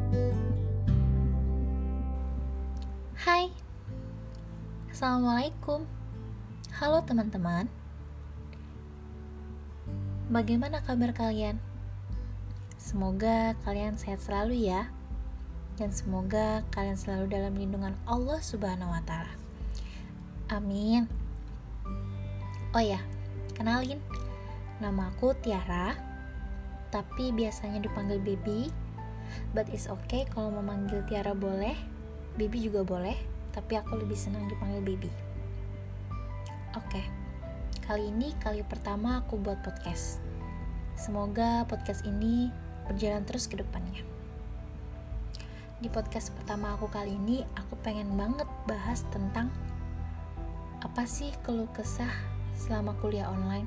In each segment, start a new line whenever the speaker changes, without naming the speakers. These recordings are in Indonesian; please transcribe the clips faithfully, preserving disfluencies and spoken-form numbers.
Hai, Assalamualaikum. Halo teman-teman. Bagaimana kabar kalian? Semoga kalian sehat selalu ya. Dan semoga kalian selalu dalam lindungan Allah Subhanahu wa taala. Amin. Oh ya, kenalin. Nama aku Tiara, tapi biasanya dipanggil Baby. But it's okay kalau memanggil Tiara boleh, Baby juga boleh, tapi aku lebih senang dipanggil Baby. Oke, kali ini kali pertama aku buat podcast. Semoga podcast ini berjalan terus ke depannya. Di podcast pertama aku kali ini, aku pengen banget bahas tentang apa sih keluh kesah selama kuliah online.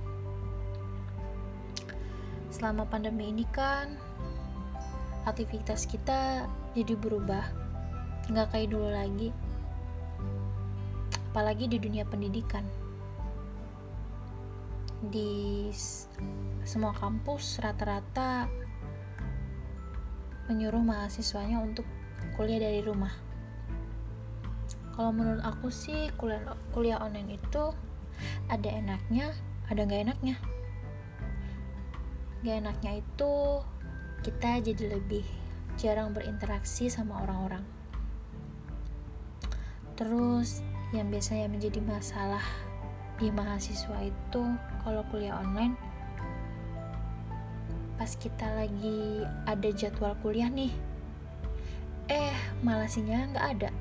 Selama pandemi ini kan aktivitas kita jadi berubah, nggak kayak dulu lagi, apalagi di dunia pendidikan. Di semua kampus rata-rata menyuruh mahasiswanya untuk kuliah dari rumah. Kalau menurut aku sih kuliah, kuliah online itu ada enaknya, ada nggak enaknya. Nggak enaknya itu kita jadi lebih jarang berinteraksi sama orang-orang. Terus yang biasanya menjadi masalah di mahasiswa itu kalau kuliah online, pas kita lagi ada jadwal kuliah nih, eh malah sinyalnya nggak ada.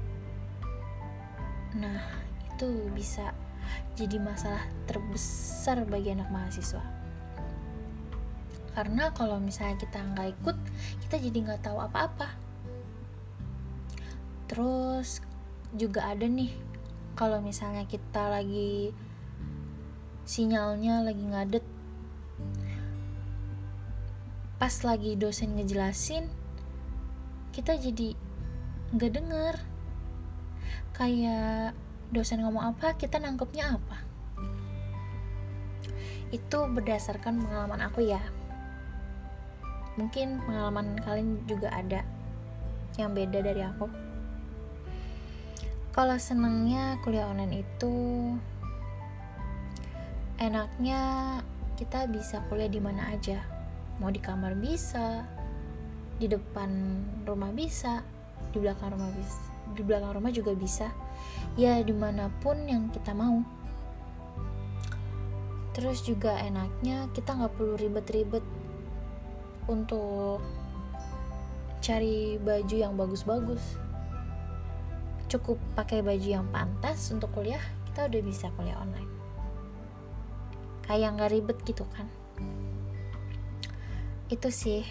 Nah, itu bisa jadi masalah terbesar bagi anak mahasiswa. Karena kalau misalnya kita nggak ikut, kita jadi nggak tahu apa-apa. Terus juga ada nih, kalau misalnya kita lagi sinyalnya lagi ngadet, pas lagi dosen ngejelasin, kita jadi nggak denger. Kayak dosen ngomong apa, kita nangkepnya apa. Itu berdasarkan pengalaman aku ya. Mungkin pengalaman kalian juga ada yang beda dari aku. Kalau senangnya kuliah online itu enaknya kita bisa kuliah di mana aja. Mau di kamar bisa, di depan rumah bisa, di belakang rumah bisa, di belakang rumah juga bisa. Ya dimanapun yang kita mau. Terus juga enaknya kita nggak perlu ribet-ribet untuk cari baju yang bagus-bagus. Cukup pakai baju yang pantas untuk kuliah, kita udah bisa kuliah online. Kayak nggak ribet gitu kan. Itu sih.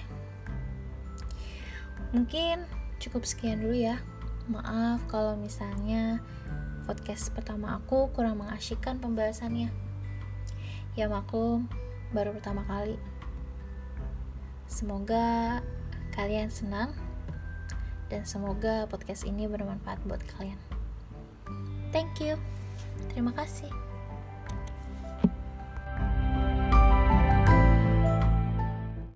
Mungkin cukup sekian dulu ya. Maaf kalau misalnya podcast pertama aku kurang mengasyikkan pembahasannya. Ya maklum, baru pertama kali. Semoga kalian senang dan semoga podcast ini bermanfaat buat kalian. Thank you. Terima kasih.